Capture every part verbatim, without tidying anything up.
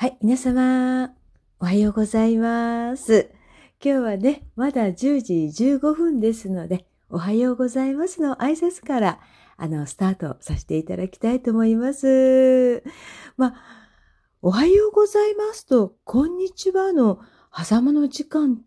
はい、皆様、おはようございます。今日はね、まだじゅうじじゅうごふんですので、おはようございますの挨拶から、あの、スタートさせていただきたいと思います。まあ、おはようございますと、こんにちはの狭間の時間って、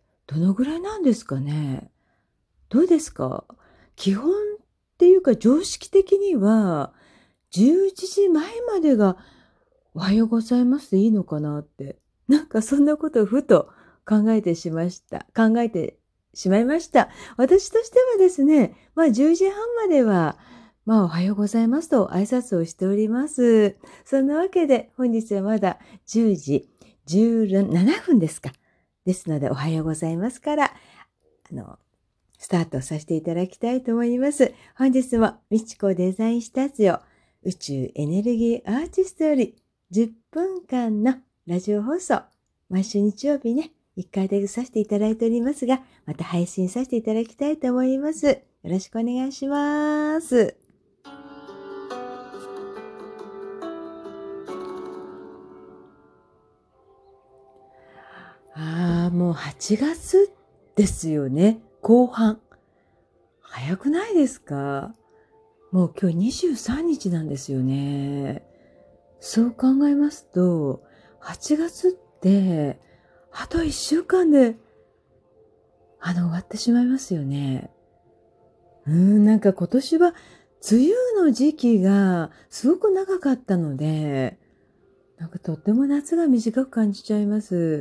どのぐらいなんですかね。どうですか？基本っていうか常識的には、じゅういちじまえまでがおはようございますでいいのかなって、なんかそんなことをふと考えてしました。考えてしまいました。私としてはですね、まあじゅうじはんまでは、まあおはようございますと挨拶をしております。そんなわけで本日はまだじゅうじじゅうななふんですか。ですのでおはようございますから、あの、スタートさせていただきたいと思います。本日もみちこデザインスタジオ宇宙エネルギーアーティストよりじゅっぷんかんのラジオ放送、毎週日曜日ね、いっかいだけさせていただいておりますが、また配信させていただきたいと思います。よろしくお願いします。ああ、もうはちがつですよね。後半。早くないですか？もう今日にじゅうさんにちなんですよね。そう考えますと、はちがつって、あといっしゅうかんで、あの、終わってしまいますよね。うーん、なんか今年は、梅雨の時期がすごく長かったので、なんかとっても夏が短く感じちゃいます。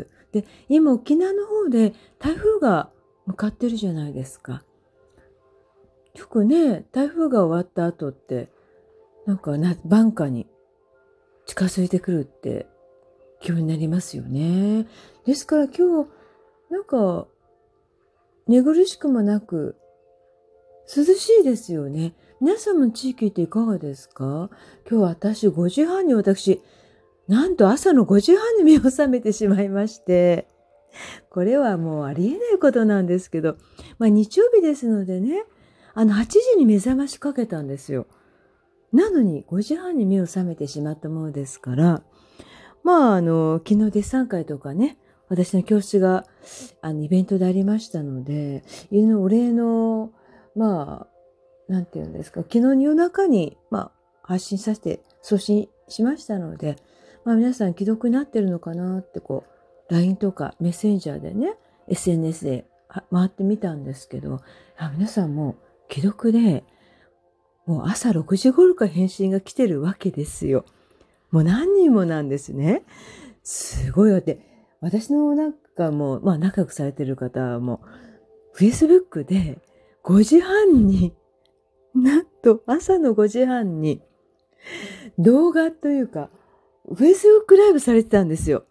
で、今沖縄の方で台風が向かってるじゃないですか。よくね、台風が終わった後って、なんかな、晩夏に近づいてくるって気になりますよね。ですから今日、なんか、寝苦しくもなく、涼しいですよね。皆さんの地域っていかがですか？今日私ごじはんに私、なんと朝のごじはんに目を覚めてしまいまして、これはもうありえないことなんですけど、まあ日曜日ですのでね、あのはちじに目覚ましかけたんですよ。なのにごじはんに目を覚めてしまったものですから、まああの、昨日デッサン会とかね、私の教室があのイベントでありましたので、いうのお礼の、まあ、なんていうんですか、昨日の夜中に、まあ、発信させて送信しましたので、まあ皆さん既読になってるのかなってこう、ライン とかメッセンジャーでね、エスエヌエス で回ってみたんですけど、あ、皆さんもう既読で、もう朝ろくじ頃から返信が来てるわけですよ。もう何人もなんですね。すごいわって、私のなんかもう、まあ仲良くされてる方も、Facebook でごじはんに、なんと朝のごじはんに動画というか、Facebook ライブされてたんですよ。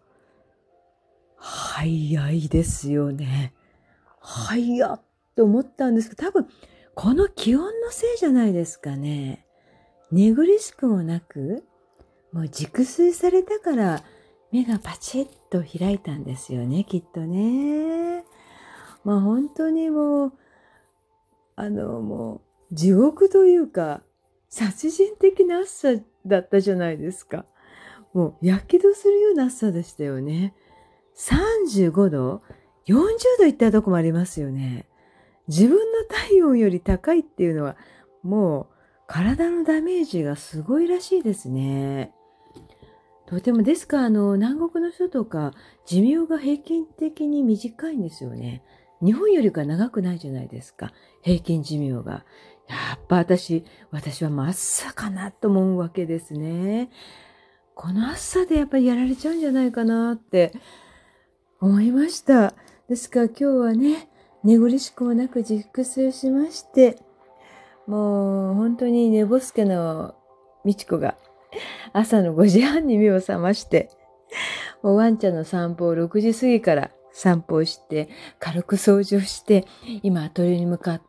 早いですよね。早っと思ったんですけど、多分この気温のせいじゃないですかね。寝苦しくもなく、もう熟睡されたから目がパチッと開いたんですよね、きっとね。まあ本当にもう、あのもう地獄というか、殺人的な暑さだったじゃないですか。もうやけどするような暑さでしたよね。さんじゅうごど、よんじゅうどいったとこもありますよね。自分の体温より高いっていうのは、もう体のダメージがすごいらしいですね。とても、ですから、あの、南国の人とか、寿命が平均的に短いんですよね。日本よりか長くないじゃないですか。平均寿命が。やっぱ私、私はもう暑さかなと思うわけですね。この暑さでやっぱりやられちゃうんじゃないかなって思いました。ですから今日はね、寝苦しくもなく熟睡しまして、もう本当に寝ぼすけのみちこが朝のごじはんに目を覚まして、もうワンちゃんの散歩をろくじ過ぎから散歩をして、軽く掃除をして、今アトリエに向かって、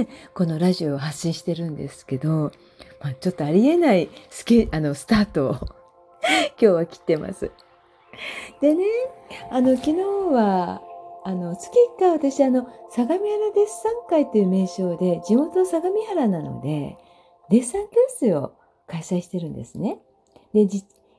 このラジオを発信してるんですけど、まあ、ちょっとありえないスケ、あの、スタートを今日は切ってます。でね、あの、昨日は、あの、月いっかい私、あの、相模原デッサン会という名称で、地元相模原なので、デッサン教室を開催してるんですね。で、じ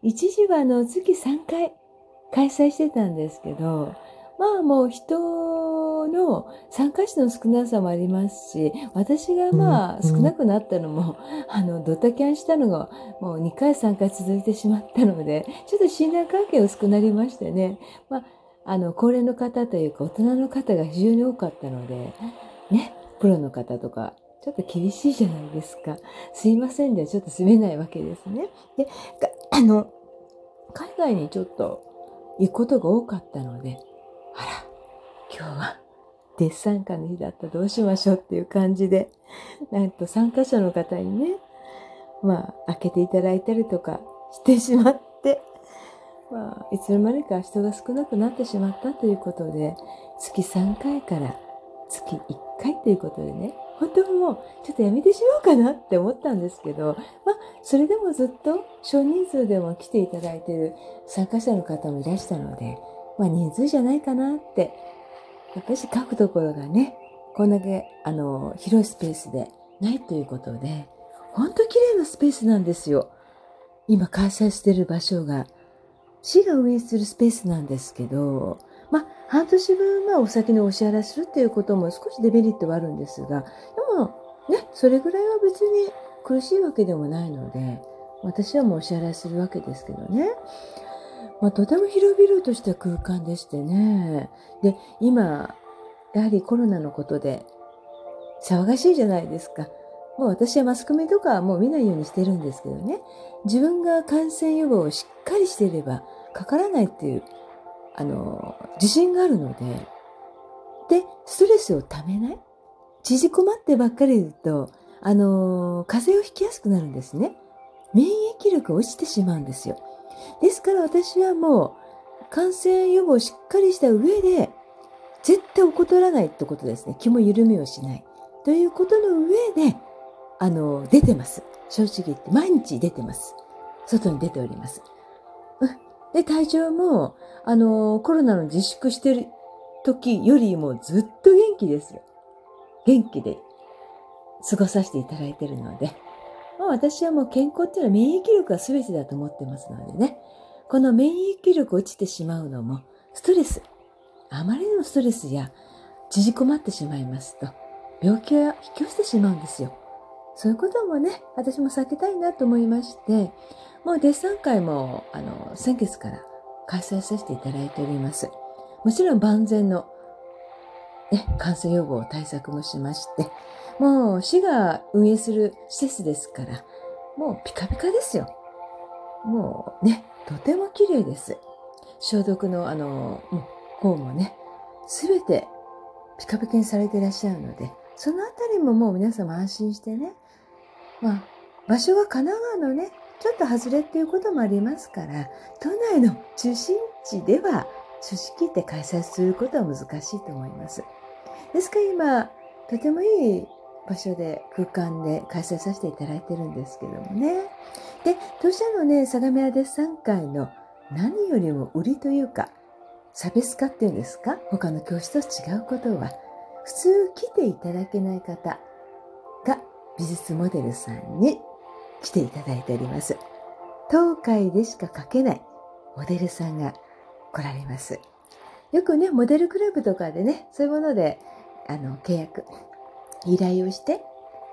一時はあの月さんかい開催してたんですけど、まあもう人の参加者の少なさもありますし、私がまあ少なくなったのも、あのドタキャンしたのがもうにかいさんかい続いてしまったので、ちょっと信頼関係薄くなりましてね、まああの高齢の方というか大人の方が非常に多かったので、ね、プロの方とかちょっと厳しいじゃないですか。すいませんでちょっと住めないわけですね。で、あの海外にちょっと行くことが多かったので、あら、今日はデッサン会の日だったらどうしましょうっていう感じで、なんと参加者の方にね、まあ、開けていただいたりとかしてしまって、まあ、いつの間にか人が少なくなってしまったということで、月さんかいから月いっかいということでね、本当はもうちょっとやめてしまおうかなって思ったんですけど、まあ、それでもずっと少人数でも来ていただいている参加者の方もいらしたので、まあ人数じゃないかなって、やっぱり書くところがね、こんだけあの広いスペースでないということで、本当綺麗なスペースなんですよ。今開催している場所が。市が運営するスペースなんですけど、まあ、半年分、まあ、お先にお支払いするっていうことも少しデメリットはあるんですが、でも、ね、それぐらいは別に苦しいわけでもないので、私はもうお支払いするわけですけどね。まあ、とても広々とした空間でしてね。で、今、やはりコロナのことで騒がしいじゃないですか。もう私はマスコミとかはもう見ないようにしてるんですけどね。自分が感染予防をしっかりしていればかからないっていう、あの、自信があるので。で、ストレスをためない。縮こまってばっかりいると、あの、風邪をひきやすくなるんですね。免疫力が落ちてしまうんですよ。ですから私はもう感染予防をしっかりした上で、絶対怠らないってことですね。気も緩みをしない。ということの上で、あの、出てます。正直言って、毎日出てます。外に出ております。で、体調も、あの、コロナの自粛してる時よりもずっと元気ですよ。元気で過ごさせていただいているので、まあ、私はもう健康っていうのは免疫力が全てだと思ってますのでね、この免疫力落ちてしまうのも、ストレス、あまりのストレスや縮こまってしまいますと、病気は引き寄せてしまうんですよ。そういうこともね、私も避けたいなと思いまして、もうデッサン会も、あの、先月から開催させていただいております。もちろん万全の、ね、感染予防対策もしまして、もう市が運営する施設ですから、もうピカピカですよ。もうね、とても綺麗です。消毒のあの、方もね、すべてピカピカにされていらっしゃるので、そのあたりももう皆様安心してね、まあ、場所は神奈川のね、ちょっと外れっていうこともありますから、都内の中心地では、正直言って開催することは難しいと思います。ですから今、とてもいい場所で、空間で開催させていただいてるんですけどもね。で、当社のね、相模屋デッサン会の何よりも売りというか、差別化っていうんですか、他の教室と違うことは、普通来ていただけない方が美術モデルさんに来ていただいております。東海でしか描けないモデルさんが来られます。よくね、モデルクラブとかでね、そういうもので、あの、契約、依頼をして、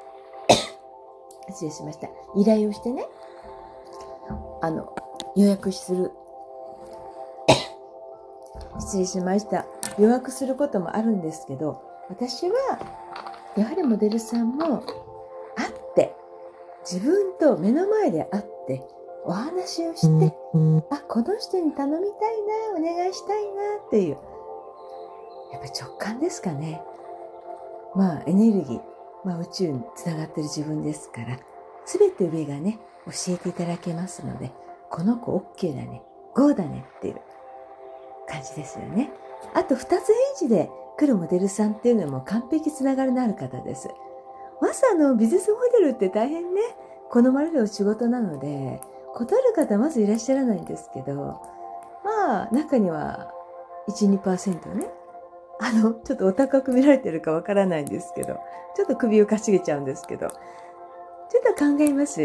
失礼しました。依頼をしてね、あの、予約する、失礼しました。予約することもあるんですけど、私は、やはりモデルさんも会って、自分と目の前で会って、お話をして、あ、この人に頼みたいな、お願いしたいなっていう、やっぱ直感ですかね。まあエネルギー、まあ宇宙につながってる自分ですから、すべて上がね、教えていただけますので、この子 OK だね、ゴーだねっていう感じですよね。あと二つ返事で来るモデルさんっていうのも完璧つながりのある方です。まずあの美術モデルって大変ね、好まれるお仕事なので、断る方まずいらっしゃらないんですけど、まあ中にはいち、にパーセント ね、あの、ちょっとお高く見られてるかわからないんですけど、ちょっと首をかしげちゃうんですけど、ちょっと考えます。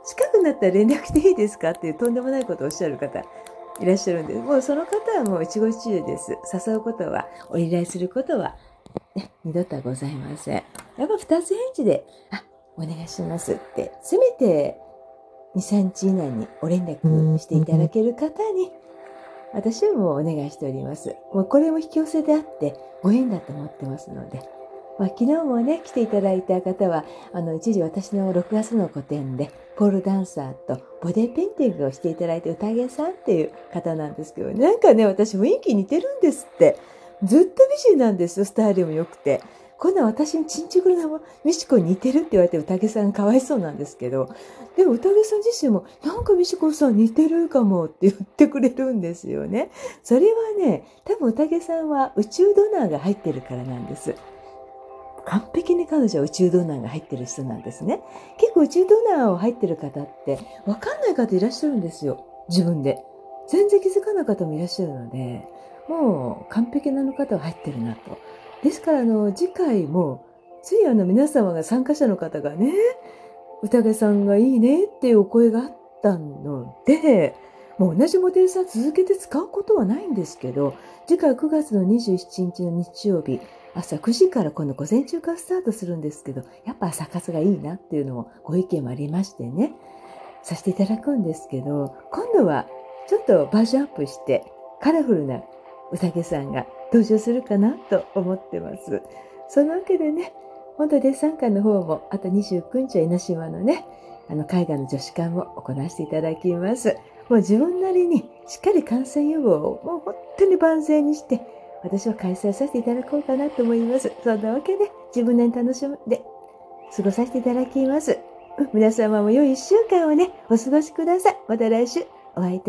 近くなったら連絡していいですかっていうとんでもないことをおっしゃる方いらっしゃるんです。もうその方はもう一期一会です。誘うことは、お依頼することは、ね、二度とはございません。やっぱ二つ返事で、あ、お願いしますって、せめてに、さんにち以内にお連絡していただける方に、私はもうお願いしております。もうこれも引き寄せであって、ご縁だと思ってますので。まあ、昨日もね、来ていただいた方は、あの、一時私のろくがつの個展で、ポールダンサーとボディペインティングをしていただいて、宴さんっていう方なんですけど、なんかね、私雰囲気似てるんですって。ずっと美人なんですよ、スタイルも良くて。こんな私にちんちくるなミシコに似てるって言われて宴さんかわいそうなんですけど、でも宴さん自身も、なんかミシコさん似てるかもって言ってくれるんですよね。それはね、多分宴さんは宇宙ドナーが入ってるからなんです。完璧に彼女は宇宙ドナーが入ってる人なんですね。結構宇宙ドナーを入ってる方って分かんない方いらっしゃるんですよ。自分で。全然気づかない方もいらっしゃるので、もう完璧なの方は入ってるなと。ですからあの次回も、ついあの皆様が参加者の方がね、宴さんがいいねっていうお声があったので、もう同じモデルさん続けて使うことはないんですけど、次回くがつのにじゅうしちにちの日曜日、朝くじから今度午前中からスタートするんですけど、やっぱ朝活がいいなっていうのもご意見もありましてね、させていただくんですけど、今度はちょっとバージョンアップしてカラフルな宴さんが登場するかなと思ってます。そのわけでね、本当デッサン館の方もあとにじゅうくにちは江ノ島のね、あの絵画の女子館も行わせていただきます。もう自分なりにしっかり感染予防をもう本当に万全にして、私は開催させていただこうかなと思います。そんなわけで自分なりに楽しんで過ごさせていただきます。皆様も良い一週間をね、お過ごしください。また来週お会いいたしましょう。